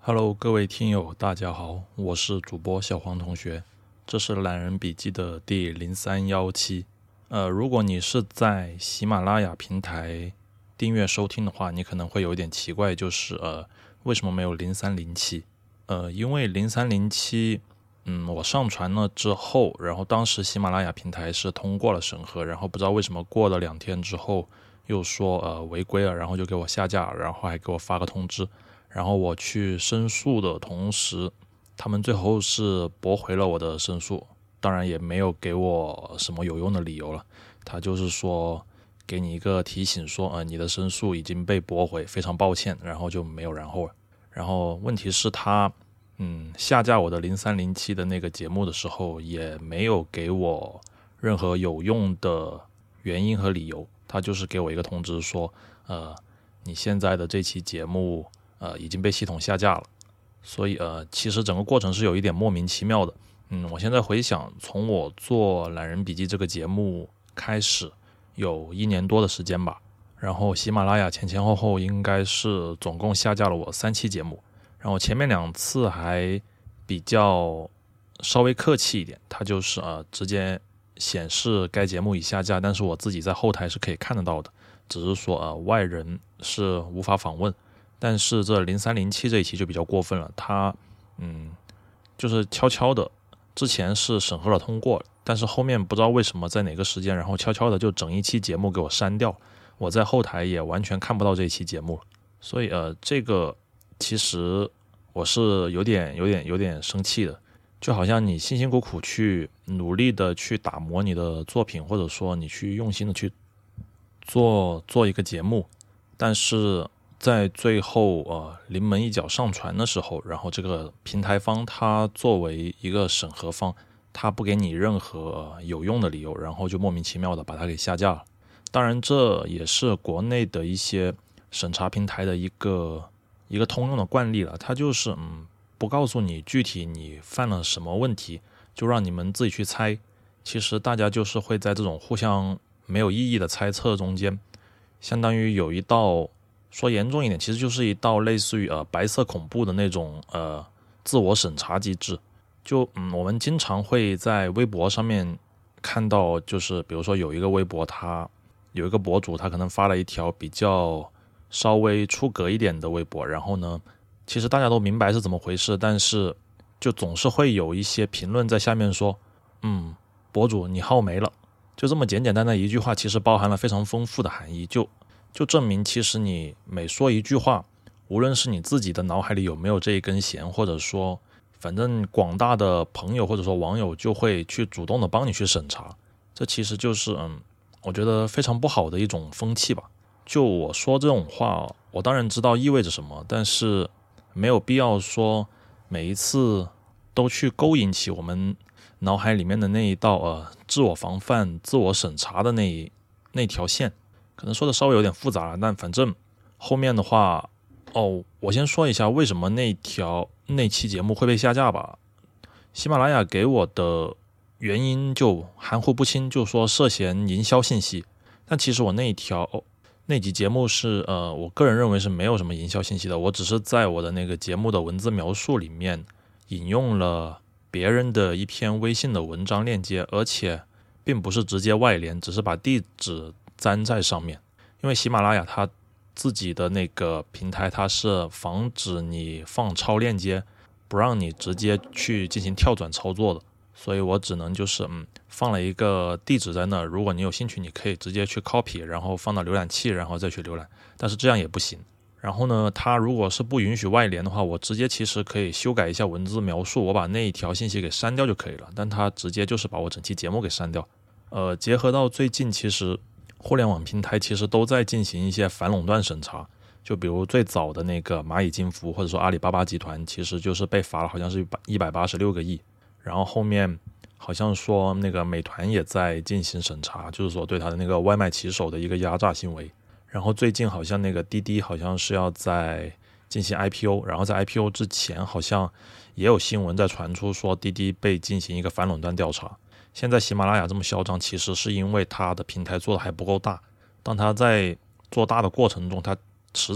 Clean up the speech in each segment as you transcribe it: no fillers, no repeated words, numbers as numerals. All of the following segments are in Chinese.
Hello，各位听友，大家好，我是主播小黄同学，这是懒人笔记的第0317。如果你是在喜马拉雅平台订阅收听的话，你可能会有一点奇怪，就是为什么没有0307？因为0307，我上传了之后，然后当时喜马拉雅平台是通过了审核，然后不知道为什么过了2天之后又说违规了，然后就给我下架，然后还给我发个通知。然后我去申诉的同时，他们最后是驳回了我的申诉，当然也没有给我什么有用的理由了。他就是说给你一个提醒说，你的申诉已经被驳回，非常抱歉，然后就没有然后了。然后问题是他，下架我的0307的那个节目的时候，也没有给我任何有用的原因和理由，他就是给我一个通知说，你现在的这期节目已经被系统下架了，所以其实整个过程是有一点莫名其妙的。我现在回想，从我做懒人笔记这个节目开始，有1年多的时间吧。然后喜马拉雅前后应该是总共下架了我3期节目，然后前面2次还比较稍微客气一点，它就是直接显示该节目已下架，但是我自己在后台是可以看得到的，只是说外人是无法访问。但是这0307这一期就比较过分了，他就是悄悄的，之前是审核了通过了，但是后面不知道为什么在哪个时间，然后悄悄的就整一期节目给我删掉，我在后台也完全看不到这一期节目了。所以这个其实我是有点生气的，就好像你辛辛苦苦去努力的去打磨你的作品，或者说你去用心的去做一个节目，但是在最后临门一脚上传的时候，然后这个平台方它作为一个审核方，它不给你任何有用的理由，然后就莫名其妙的把它给下架了。当然这也是国内的一些审查平台的一个通用的惯例了，它就是不告诉你具体你犯了什么问题，就让你们自己去猜。其实大家就是会在这种互相没有意义的猜测中间，相当于有一道，说严重一点，其实就是一道类似于白色恐怖的那种自我审查机制。就我们经常会在微博上面看到，就是比如说有一个微博，他有一个博主，他可能发了一条比较稍微出格一点的微博，然后呢其实大家都明白是怎么回事，但是就总是会有一些评论在下面说博主你号没了，就这么简简单单一句话，其实包含了非常丰富的含义，就证明其实你每说一句话，无论是你自己的脑海里有没有这一根弦，或者说反正广大的朋友或者说网友就会去主动的帮你去审查，这其实就是我觉得非常不好的一种风气吧。就我说这种话，我当然知道意味着什么，但是没有必要说每一次都去勾引起我们脑海里面的那一道自我防范、自我审查的那条线。可能说的稍微有点复杂了，但反正后面的话我先说一下为什么那期节目会被下架吧。喜马拉雅给我的原因就含糊不清，就说涉嫌营销信息，但其实我那集节目是我个人认为是没有什么营销信息的，我只是在我的那个节目的文字描述里面引用了别人的一篇微信的文章链接，而且并不是直接外联，只是把地址粘在上面。因为喜马拉雅它自己的那个平台，它是防止你放超链接，不让你直接去进行跳转操作的，所以我只能就是放了一个地址在那，如果你有兴趣你可以直接去 copy， 然后放到浏览器，然后再去浏览，但是这样也不行。然后呢，它如果是不允许外联的话，我直接其实可以修改一下文字描述，我把那一条信息给删掉就可以了，但它直接就是把我整期节目给删掉。结合到最近其实互联网平台其实都在进行一些反垄断审查，就比如最早的那个蚂蚁金服或者说阿里巴巴集团，其实就是被罚了好像是186个亿，然后后面好像说那个美团也在进行审查，就是说对他的那个外卖骑手的一个压榨行为。然后最近好像那个滴滴好像是要在进行 IPO， 然后在 IPO 之前好像也有新闻在传出说滴滴被进行一个反垄断调查。现在喜马拉雅这么嚣张，其实是因为它的平台做的还不够大，当它在做大的过程中，它迟早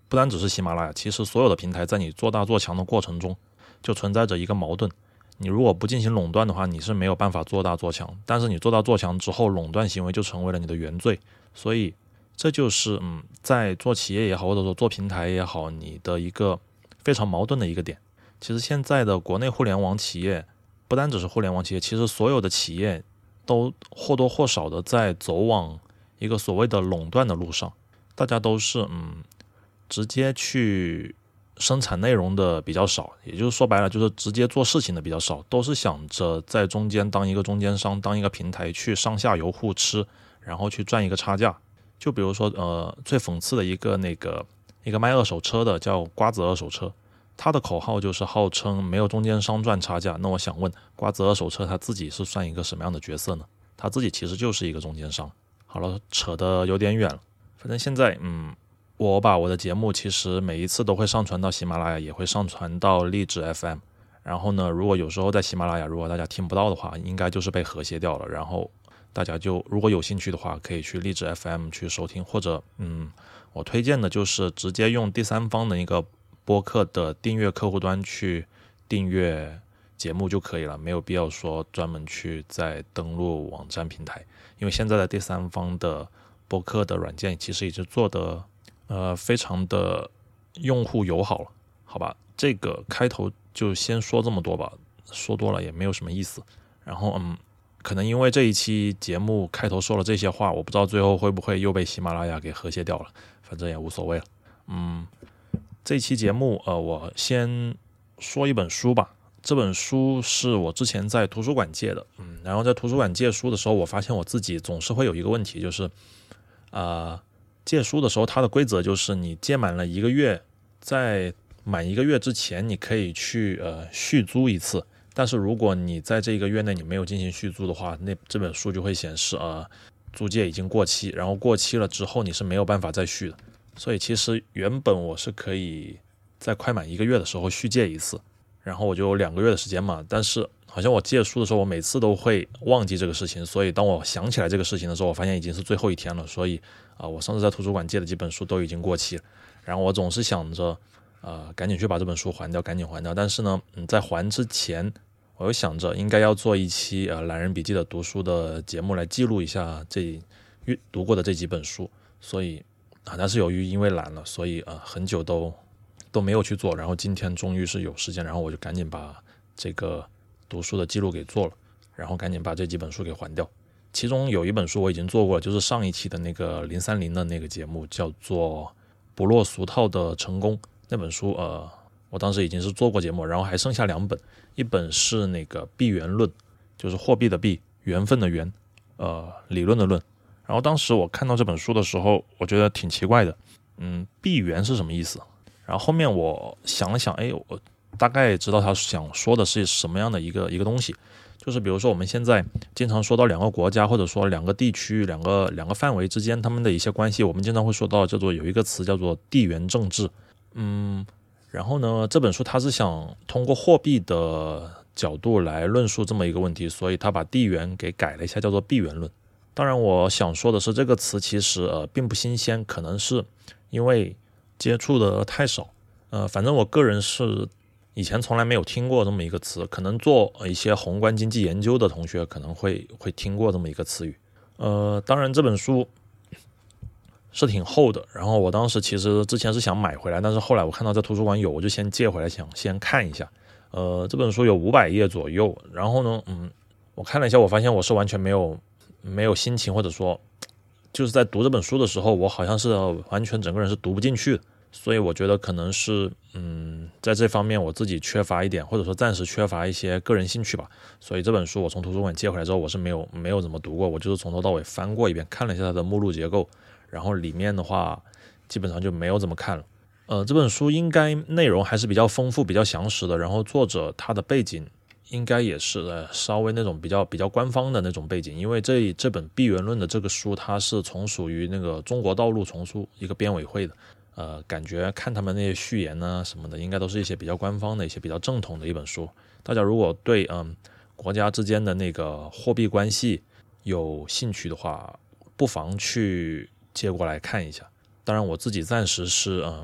不单只是喜马拉雅，其实所有的平台在你做大做强的过程中，就存在着一个矛盾。你如果不进行垄断的话，你是没有办法做大做强。但是你做大做强之后，垄断行为就成为了你的原罪。所以这就是在做企业也好，或者说做平台也好，你的一个非常矛盾的一个点。其实现在的国内互联网企业，不单只是互联网企业，其实所有的企业都或多或少的在走往一个所谓的垄断的路上。大家都是直接去生产内容的比较少，也就是说白了就是直接做事情的比较少，都是想着在中间当一个中间商，当一个平台去上下游互吃，然后去赚一个差价。就比如说最讽刺的一个卖二手车的叫瓜子二手车，他的口号就是号称没有中间商赚差价。那我想问，瓜子二手车他自己是算一个什么样的角色呢？他自己其实就是一个中间商。好了，扯得有点远了。反正现在我把我的节目其实每一次都会上传到喜马拉雅，也会上传到荔枝 FM。然后呢，如果有时候在喜马拉雅如果大家听不到的话，应该就是被和谐掉了。然后大家就如果有兴趣的话，可以去荔枝 FM 去收听，或者我推荐的就是直接用第三方的一个播客的订阅客户端去订阅节目就可以了，没有必要说专门去再登录网站平台。因为现在的第三方的播客的软件其实已经做得非常的用户友好了，好吧，这个开头就先说这么多吧，说多了也没有什么意思。然后可能因为这一期节目开头说了这些话，我不知道最后会不会又被喜马拉雅给和谐掉了，反正也无所谓了。这一期节目我先说一本书吧。这本书是我之前在图书馆借的，然后在图书馆借书的时候，我发现我自己总是会有一个问题，就是借书的时候，它的规则就是你借满了1个月，在满1个月之前，你可以去续租一次。但是如果你在这1个月内你没有进行续租的话，那这本书就会显示租借已经过期，然后过期了之后你是没有办法再续的。所以其实原本我是可以在快满1个月的时候续借一次，然后我就有2个月的时间嘛。但是好像我借书的时候，我每次都会忘记这个事情，所以当我想起来这个事情的时候，我发现已经是最后一天了。所以我上次在图书馆借的几本书都已经过期了，然后我总是想着赶紧去把这本书还掉，赶紧还掉。但是呢在还之前，我又想着应该要做一期懒人笔记的读书的节目来记录一下读过的这几本书。所以但是由于因为懒了，所以很久都没有去做。然后今天终于是有时间，然后我就赶紧把这个读书的记录给做了，然后赶紧把这几本书给还掉。其中有一本书我已经做过了，就是上一期的那个030的那个节目，叫做《不落俗套的成功》。那本书我当时已经是做过节目，然后还剩下2本，一本是那个币源论，就是货币的币，缘分的缘，理论的论。然后当时我看到这本书的时候，我觉得挺奇怪的，币源是什么意思？然后后面我想了想，我大概知道他想说的是什么样的一个东西。就是比如说我们现在经常说到2个国家，或者说2个地区、两个范围之间他们的一些关系，我们经常会说到有一个词叫做地缘政治。然后呢，这本书它是想通过货币的角度来论述这么一个问题，所以他把地缘给改了一下，叫做币源论。当然我想说的是，这个词其实并不新鲜，可能是因为接触的太少。反正我个人是以前从来没有听过这么一个词，可能做一些宏观经济研究的同学可能会听过这么一个词语。当然这本书是挺厚的，然后我当时其实之前是想买回来，但是后来我看到在图书馆有，我就先借回来，想先看一下。这本书有500页左右，然后呢我看了一下，我发现我是完全没有心情，或者说就是在读这本书的时候，我好像是完全整个人是读不进去的。所以我觉得可能是在这方面我自己缺乏一点，或者说暂时缺乏一些个人兴趣吧。所以这本书我从图书馆借回来之后，我是没有怎么读过，我就是从头到尾翻过一遍，看了一下它的目录结构，然后里面的话基本上就没有怎么看了。这本书应该内容还是比较丰富比较详实的，然后作者他的背景应该也是稍微那种比较官方的那种背景，因为这本币源论的这个书它是从属于那个中国道路丛书一个编委会的。感觉看他们那些序言啊什么的，应该都是一些比较官方的、一些比较正统的一本书。大家如果对国家之间的那个货币关系有兴趣的话，不妨去借过来看一下。当然我自己暂时是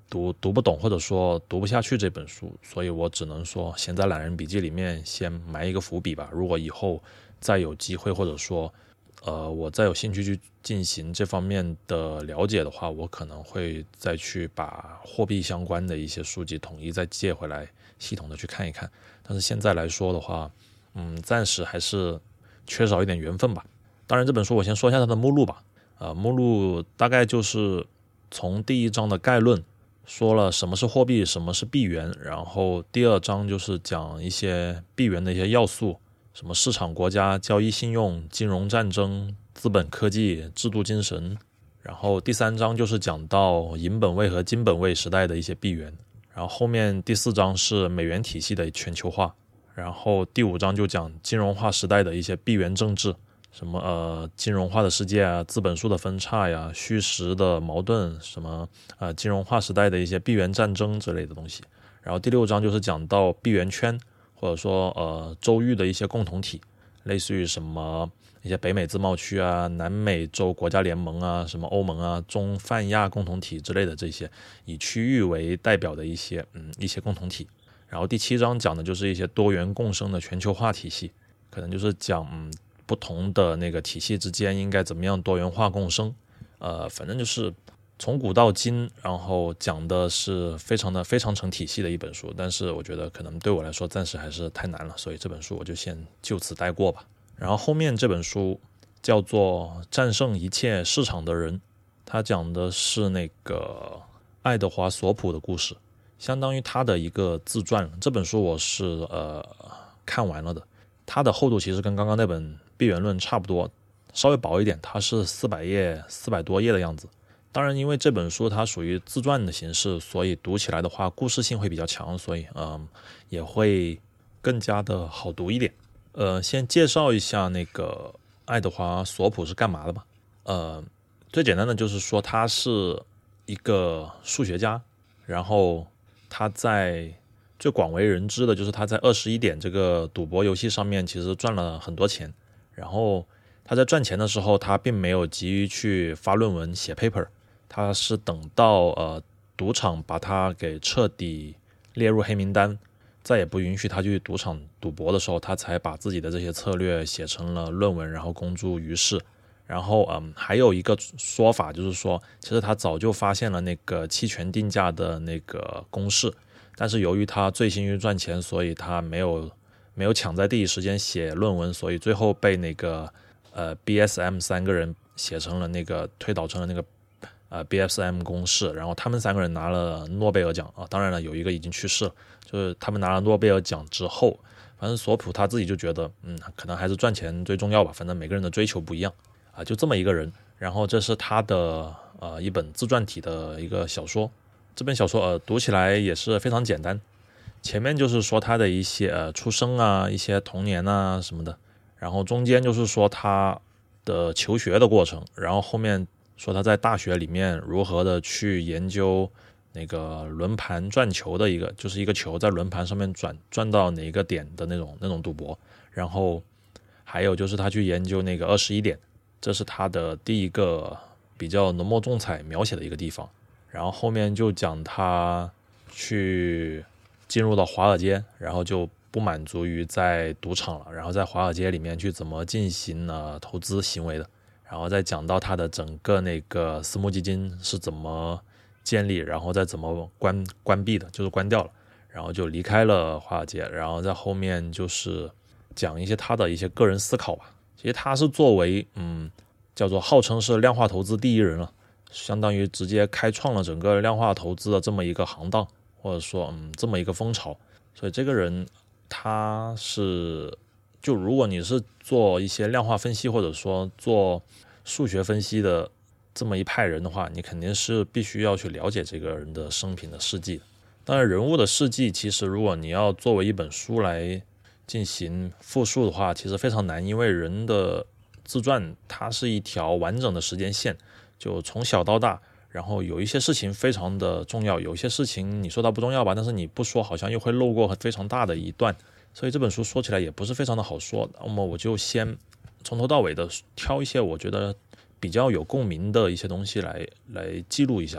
读不懂或者说读不下去这本书，所以我只能说先在懒人笔记里面先埋一个伏笔吧。如果以后再有机会或者说我再有兴趣去进行这方面的了解的话，我可能会再去把货币相关的一些书籍统一再借回来，系统的去看一看。但是现在来说的话，暂时还是缺少一点缘分吧。当然这本书我先说一下它的目录吧。目录大概就是从第一章的概论说了什么是货币，什么是币源，然后第二章就是讲一些币源的一些要素，什么市场、国家、交易、信用、金融、战争、资本、科技、制度、精神。然后第三章就是讲到银本位和金本位时代的一些币源，然后后面第四章是美元体系的全球化，然后第五章就讲金融化时代的一些币源政治，什么金融化的世界啊，资本数的分叉呀，虚实的矛盾，什么金融化时代的一些币源战争之类的东西。然后第六章就是讲到币源圈，或者说洲域的一些共同体，类似于什么一些北美自贸区啊、南美洲国家联盟啊、什么欧盟啊、中泛亚共同体之类的这些以区域为代表的一些共同体。然后第七章讲的就是一些多元共生的全球化体系，可能就是讲不同的那个体系之间应该怎么样多元化共生。反正就是从古到今，然后讲的是非常成体系的一本书，但是我觉得可能对我来说暂时还是太难了，所以这本书我就先就此带过吧。然后后面这本书叫做《战胜一切市场的人》，它讲的是那个爱德华·索普的故事，相当于他的一个自传。这本书我是看完了的，它的厚度其实跟刚刚那本《币源论》差不多，稍微薄一点，它是400多页的样子。当然因为这本书它属于自传的形式，所以读起来的话故事性会比较强，所以也会更加的好读一点。先介绍一下那个爱德华·索普是干嘛的吧。最简单的就是说他是一个数学家，然后他在最广为人知的就是他在21点这个赌博游戏上面其实赚了很多钱，然后他在赚钱的时候他并没有急于去发论文写 paper， 他是等到赌场把他给彻底列入黑名单，再也不允许他去赌场赌博的时候，他才把自己的这些策略写成了论文，然后公诸于世。然后还有一个说法就是说，其实他早就发现了那个期权定价的那个公式，但是由于他醉心于赚钱，所以他没有抢在第一时间写论文，所以最后被那个BSM 三个人写成了那个推导成了那个BSM 公式，然后他们三个人拿了诺贝尔奖啊，当然了，有一个已经去世了。就是他们拿了诺贝尔奖之后，反正索普他自己就觉得可能还是赚钱最重要吧，反正每个人的追求不一样啊，就这么一个人。然后这是他的一本自传体的一个小说，这本小说读起来也是非常简单，前面就是说他的一些出生啊，一些童年啊什么的，然后中间就是说他的求学的过程，然后后面说他在大学里面如何的去研究那个轮盘转球的就是一个球在轮盘上面转到哪一个点的那种赌博，然后还有就是他去研究那个21点，这是他的第一个比较浓墨重彩描写的一个地方。然后后面就讲他去进入到华尔街，然后就不满足于在赌场了，然后在华尔街里面去怎么进行投资行为的，然后再讲到他的整个那个私募基金是怎么建立，然后再怎么关闭的，就是关掉了，然后就离开了华尔街。然后在后面就是讲一些他的一些个人思考吧。其实他是作为叫做号称是量化投资第一人了，相当于直接开创了整个量化投资的这么一个行当，或者说这么一个风潮。所以这个人他是就如果你是做一些量化分析或者说做数学分析的这么一派人的话，你肯定是必须要去了解这个人的生平的事迹。当然人物的事迹其实如果你要作为一本书来进行复述的话其实非常难，因为人的自传它是一条完整的时间线，就从小到大，然后有一些事情非常的重要，有一些事情你说它不重要吧，但是你不说好像又会漏过非常大的一段，所以这本书说起来也不是非常的好说。那么我就先从头到尾的挑一些我觉得比较有共鸣的一些东西来记录一下吧。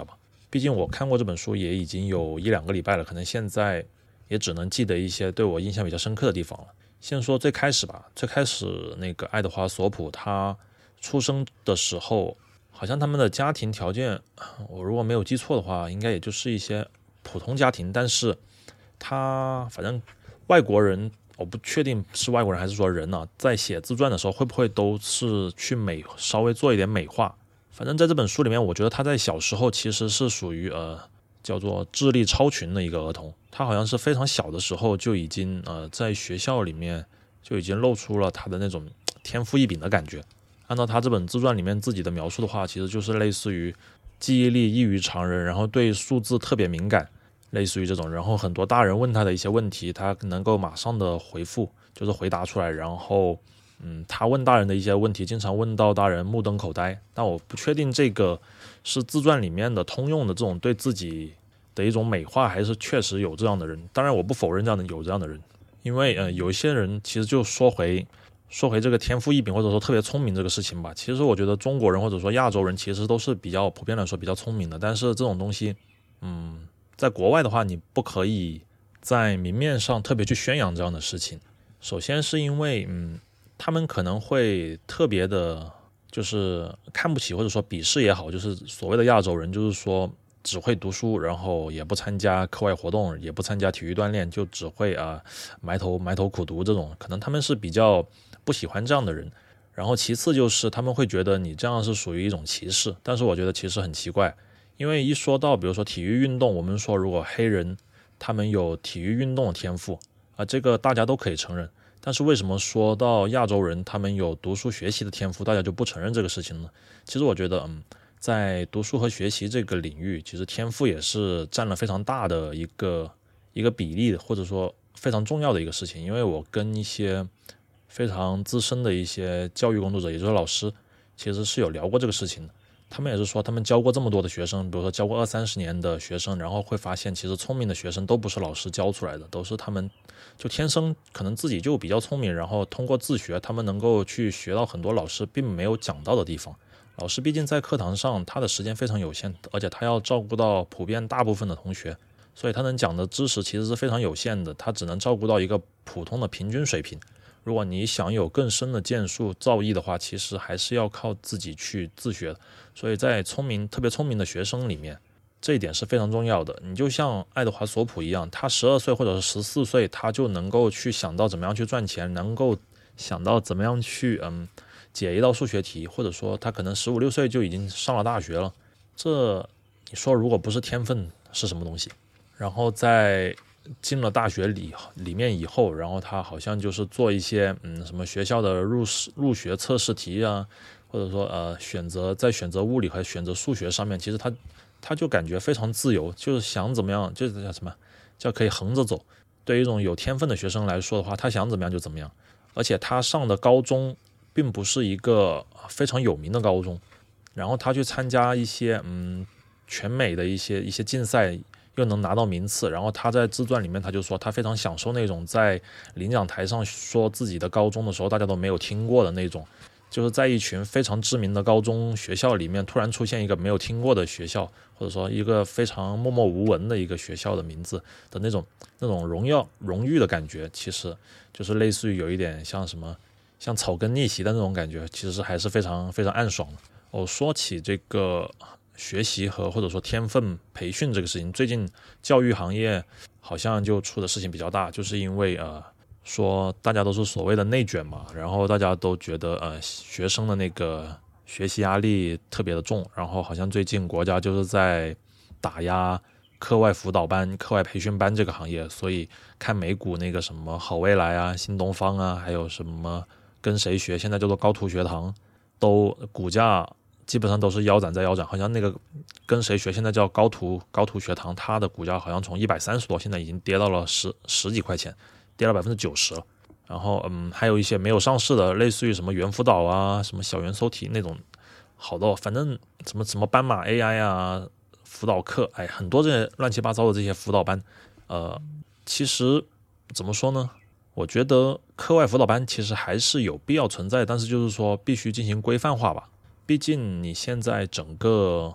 毕竟我看过这本书也已经有1-2个礼拜了，可能现在也只能记得一些对我印象比较深刻的地方了。先说最开始吧，最开始那个爱德华索普他出生的时候，好像他们的家庭条件，我如果没有记错的话，应该也就是一些普通家庭，但是他反正外国人，我不确定是外国人还是说人呢，在写自传的时候会不会都是去稍微做一点美化。反正在这本书里面，我觉得他在小时候其实是属于叫做智力超群的一个儿童，他好像是非常小的时候就已经在学校里面就已经露出了他的那种天赋异禀的感觉。按照他这本自传里面自己的描述的话，其实就是类似于记忆力异于常人，然后对数字特别敏感，类似于这种，然后很多大人问他的一些问题，他能够马上的回复，就是回答出来，然后他问大人的一些问题，经常问到大人目瞪口呆。但我不确定这个是自传里面的通用的这种对自己的一种美化，还是确实有这样的人。当然我不否认有这样的人，因为有一些人其实就说回这个天赋异禀或者说特别聪明这个事情吧，其实我觉得中国人或者说亚洲人其实都是比较普遍来说比较聪明的，但是这种东西在国外的话，你不可以在明面上特别去宣扬这样的事情。首先是因为他们可能会特别的就是看不起或者说鄙视也好，就是所谓的亚洲人，就是说只会读书，然后也不参加课外活动，也不参加体育锻炼，就只会埋头苦读，这种可能他们是比较不喜欢这样的人。然后其次就是他们会觉得你这样是属于一种歧视，但是我觉得其实很奇怪，因为一说到比如说体育运动，我们说如果黑人他们有体育运动的天赋这个大家都可以承认，但是为什么说到亚洲人他们有读书学习的天赋，大家就不承认这个事情呢？其实我觉得在读书和学习这个领域，其实天赋也是占了非常大的一个比例，或者说非常重要的一个事情。因为我跟一些非常资深的一些教育工作者，也就是老师，其实是有聊过这个事情的。他们也是说，他们教过这么多的学生，比如说教过20-30年的学生，然后会发现其实聪明的学生都不是老师教出来的，都是他们就天生可能自己就比较聪明，然后通过自学他们能够去学到很多老师并没有讲到的地方。老师毕竟在课堂上他的时间非常有限，而且他要照顾到普遍大部分的同学，所以他能讲的知识其实是非常有限的，他只能照顾到一个普通的平均水平。如果你想有更深的建树造诣的话，其实还是要靠自己去自学的。所以在特别聪明的学生里面，这一点是非常重要的。你就像爱德华索普一样，他12岁或者是14岁，他就能够去想到怎么样去赚钱，能够想到怎么样去解一道数学题，或者说他可能15-16岁就已经上了大学了。这你说如果不是天分是什么东西？然后在进了大学里面以后，然后他好像就是做一些什么学校的入学测试题或者说选择物理和选择数学上面，其实他就感觉非常自由，就是想怎么样就是叫什么叫可以横着走。对于一种有天分的学生来说的话，他想怎么样就怎么样。而且他上的高中并不是一个非常有名的高中，然后他去参加一些全美的一些竞赛，又能拿到名次。然后他在自传里面他就说他非常享受那种在领奖台上说自己的高中的时候大家都没有听过的那种，就是在一群非常知名的高中学校里面突然出现一个没有听过的学校，或者说一个非常默默无闻的一个学校的名字的那种荣誉的感觉，其实就是类似于有一点像草根逆袭的那种感觉，其实还是非常非常暗爽的。说起这个学习或者说天分培训这个事情，最近教育行业好像就出的事情比较大，就是因为说大家都是所谓的内卷嘛，然后大家都觉得学生的那个学习压力特别的重，然后好像最近国家就是在打压课外辅导班、课外培训班这个行业，所以看美股那个什么好未来新东方还有什么跟谁学，现在叫做高途学堂，都股价基本上都是腰斩在腰斩，好像那个跟谁学现在叫高途学堂，它的股价好像从130多现在已经跌到了十几块钱，跌了90%了。然后还有一些没有上市的，类似于什么猿辅导什么小猿搜题那种，好多反正什么斑马 AI辅导课，很多这些乱七八糟的这些辅导班，其实怎么说呢？我觉得课外辅导班其实还是有必要存在，但是就是说必须进行规范化吧。毕竟你现在整个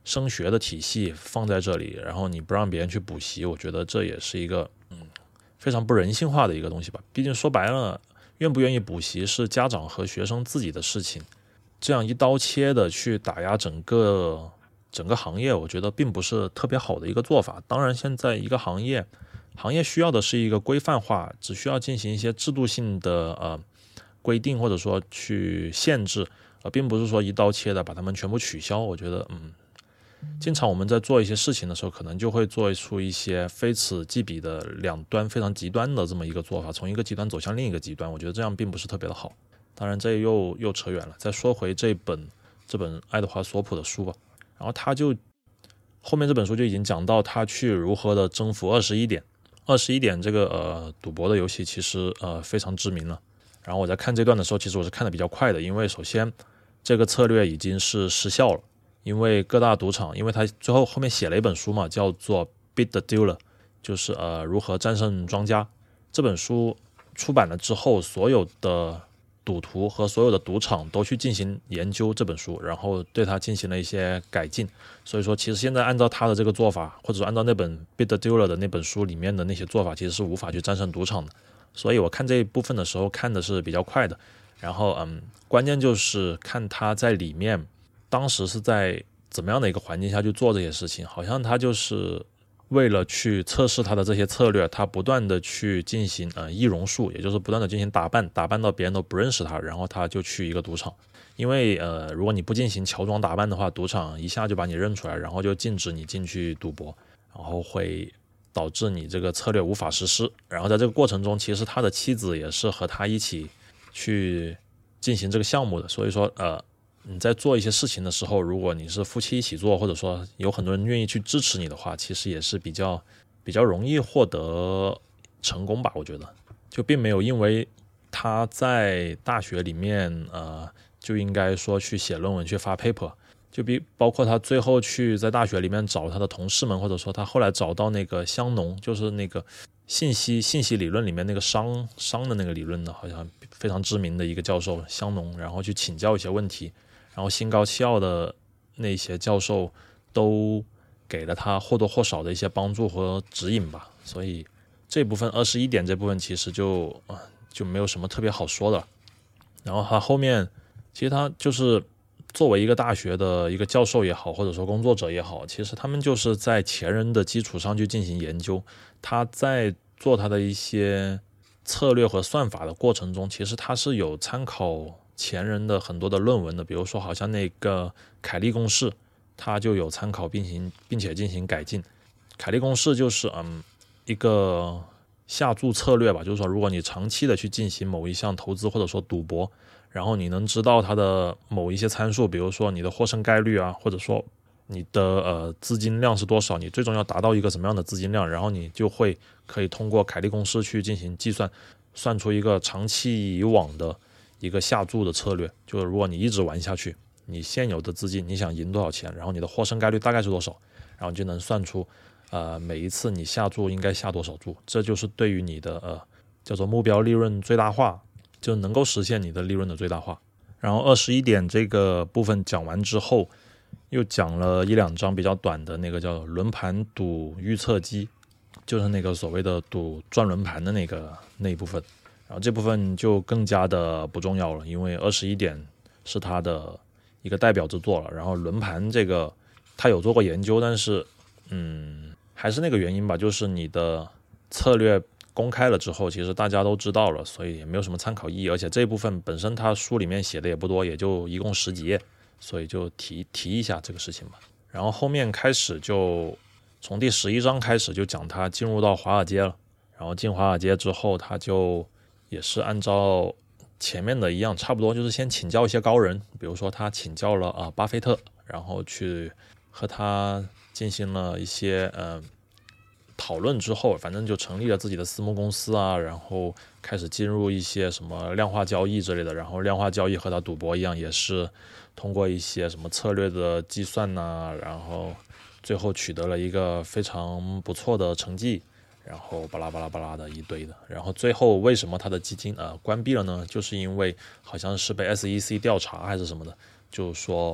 升学的体系放在这里，然后你不让别人去补习，我觉得这也是一个非常不人性化的一个东西吧。毕竟说白了，愿不愿意补习是家长和学生自己的事情，这样一刀切的去打压整个行业，我觉得并不是特别好的一个做法。当然，现在一个行业需要的是一个规范化，只需要进行一些制度性的规定，或者说去限制，并不是说一刀切的把它们全部取消。我觉得经常我们在做一些事情的时候，可能就会做出一些非此即彼的两端非常极端的这么一个做法，从一个极端走向另一个极端，我觉得这样并不是特别的好。当然这又扯远了，再说回这本爱德华索普的书吧。然后他就后面这本书就已经讲到他去如何的征服21点这个赌博的游戏，其实非常知名了。然后我在看这段的时候，其实我是看的比较快的，因为首先这个策略已经是失效了，因为各大赌场，因为他最后面写了一本书嘛，叫做 Beat the Dealer， 就是如何战胜庄家。这本书出版了之后，所有的赌徒和所有的赌场都去进行研究这本书，然后对它进行了一些改进。所以说其实现在按照他的这个做法，或者说按照那本 Beat the Dealer 的那本书里面的那些做法，其实是无法去战胜赌场的。所以我看这一部分的时候看的是比较快的。然后关键就是看他在里面当时是在怎么样的一个环境下去做这些事情，好像他就是为了去测试他的这些策略，他不断的去进行易容术，也就是不断的进行打扮到别人都不认识他，然后他就去一个赌场。因为如果你不进行乔装打扮的话，赌场一下就把你认出来，然后就禁止你进去赌博，然后会导致你这个策略无法实施。然后在这个过程中，其实他的妻子也是和他一起去进行这个项目的。所以说你在做一些事情的时候，如果你是夫妻一起做，或者说有很多人愿意去支持你的话，其实也是比较容易获得成功吧。我觉得就并没有因为他在大学里面就应该说去写论文去发 paper， 就包括他最后去在大学里面找他的同事们，或者说他后来找到那个香农，就是那个信息理论里面那个商的那个理论的，好像非常知名的一个教授香农，然后去请教一些问题，然后心高气傲的那些教授都给了他或多或少的一些帮助和指引吧。所以这部分21点这部分其实就没有什么特别好说的。然后他后面其实他就是作为一个大学的一个教授也好，或者说工作者也好，其实他们就是在前人的基础上去进行研究。他在做他的一些策略和算法的过程中，其实他是有参考前人的很多的论文的。比如说好像那个凯利公式，他就有参考并且进行改进。凯利公式就是一个下注策略吧，就是说如果你长期的去进行某一项投资或者说赌博，然后你能知道它的某一些参数，比如说你的获胜概率啊，或者说你的资金量是多少，你最终要达到一个什么样的资金量，然后你就可以通过凯利公式去进行计算，算出一个长期以往的一个下注的策略。就是如果你一直玩下去，你现有的资金你想赢多少钱，然后你的获胜概率大概是多少，然后你就能算出每一次你下注应该下多少注。这就是对于你的叫做目标利润最大化，就能够实现你的利润的最大化。然后21点这个部分讲完之后，又讲了一两章比较短的那个叫轮盘赌预测机，就是那个所谓的赌转轮盘的那一部分。然后这部分就更加的不重要了，因为21点是他的一个代表之作了。然后轮盘这个他有做过研究，但是还是那个原因吧，就是你的策略公开了之后，其实大家都知道了，所以也没有什么参考意义。而且这一部分本身他书里面写的也不多，也就一共10几页，所以就提一下这个事情吧。然后后面开始就从第11章开始就讲他进入到华尔街了。然后进华尔街之后，他就也是按照前面的一样，差不多就是先请教一些高人，比如说他请教了巴菲特，然后去和他进行了一些讨论之后，反正就成立了自己的私募公司啊，然后开始进入一些什么量化交易之类的。然后量化交易和他赌博一样，也是通过一些什么策略的计算啊，然后最后取得了一个非常不错的成绩，然后巴拉巴拉巴拉的一堆的。然后最后为什么他的基金关闭了呢？就是因为好像是被 SEC 调查还是什么的，就是说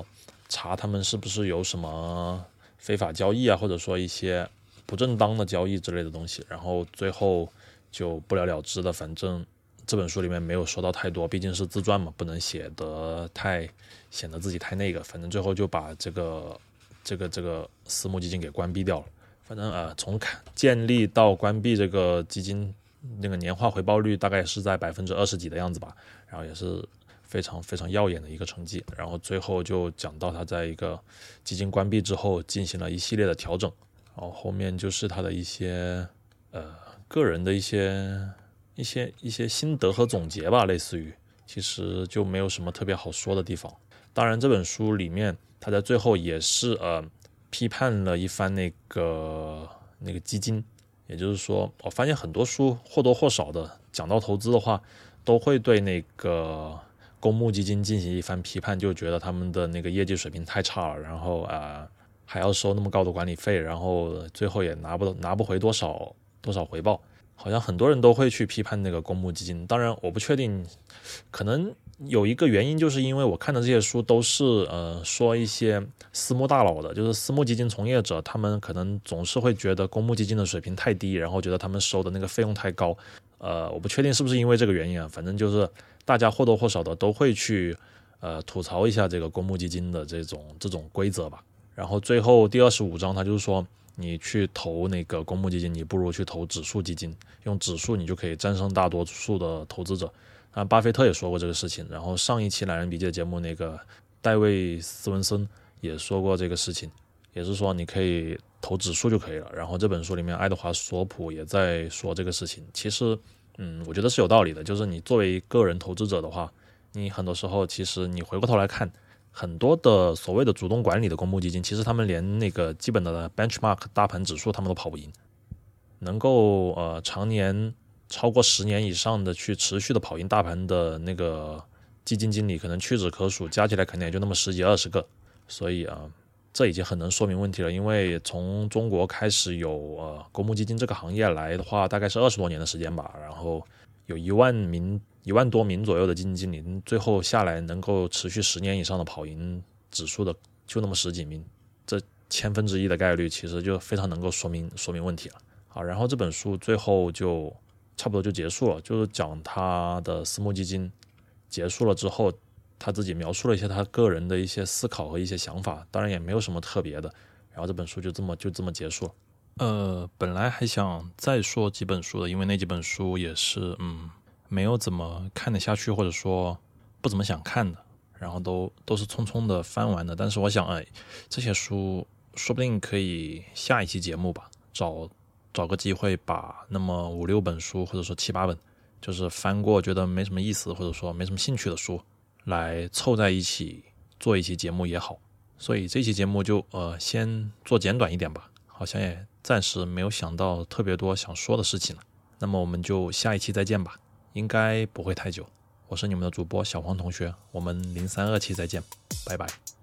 查他们是不是有什么非法交易啊，或者说一些不正当的交易之类的东西，然后最后就不了了之的。反正这本书里面没有说到太多，毕竟是自传嘛，不能写得显得自己太那个。反正最后就把这个私募基金给关闭掉了。反正从建立到关闭这个基金，那个年化回报率大概是在20%几的样子吧，然后也是非常非常耀眼的一个成绩。然后最后就讲到他在一个基金关闭之后进行了一系列的调整，然后后面就是他的一些个人的一些心得和总结吧，类似于，其实就没有什么特别好说的地方。当然这本书里面他在最后也是批判了一番那个基金，也就是说我发现很多书或多或少的讲到投资的话都会对那个公募基金进行一番批判，就觉得他们的那个业绩水平太差了，然后还要收那么高的管理费，然后最后也拿不回多少回报。好像很多人都会去批判那个公募基金，当然我不确定，可能有一个原因就是因为我看的这些书都是说一些私募大佬的，就是私募基金从业者，他们可能总是会觉得公募基金的水平太低，然后觉得他们收的那个费用太高。我不确定是不是因为这个原因啊，反正就是大家或多或少的都会去吐槽一下这个公募基金的这种规则吧。然后最后第25章他就是说，你去投那个公募基金，你不如去投指数基金，用指数你就可以战胜大多数的投资者。巴菲特也说过这个事情，然后上一期懒人笔记的节目那个戴维斯文森也说过这个事情，也是说你可以投指数就可以了。然后这本书里面爱德华索普也在说这个事情，其实我觉得是有道理的，就是你作为个人投资者的话，你很多时候其实你回过头来看，很多的所谓的主动管理的公募基金，其实他们连那个基本的 benchmark 大盘指数他们都跑不赢，能够常年超过10年以上的去持续的跑赢大盘的那个基金经理可能屈指可数，加起来肯定也就那么10几20个。所以这已经很能说明问题了，因为从中国开始有公募基金这个行业来的话，大概是20多年的时间吧，然后有1万多名左右的基金经理，最后下来能够持续10年以上的跑赢指数的就那么10几名，这1/1000的概率其实就非常能够说明问题了。好，然后这本书最后就差不多就结束了，就是讲他的私募基金结束了之后，他自己描述了一些他个人的一些思考和一些想法，当然也没有什么特别的，然后这本书就这么结束了。本来还想再说几本书的，因为那几本书也是没有怎么看得下去，或者说不怎么想看的，然后都是匆匆的翻完的。但是我想这些书说不定可以下一期节目吧，找个机会把那么5、6本书，或者说7、8本，就是翻过觉得没什么意思或者说没什么兴趣的书来凑在一起做一期节目也好。所以这期节目就先做简短一点吧，好像也暂时没有想到特别多想说的事情了。那么我们就下一期再见吧，应该不会太久。我是你们的主播小黄同学，我们032期再见，拜拜。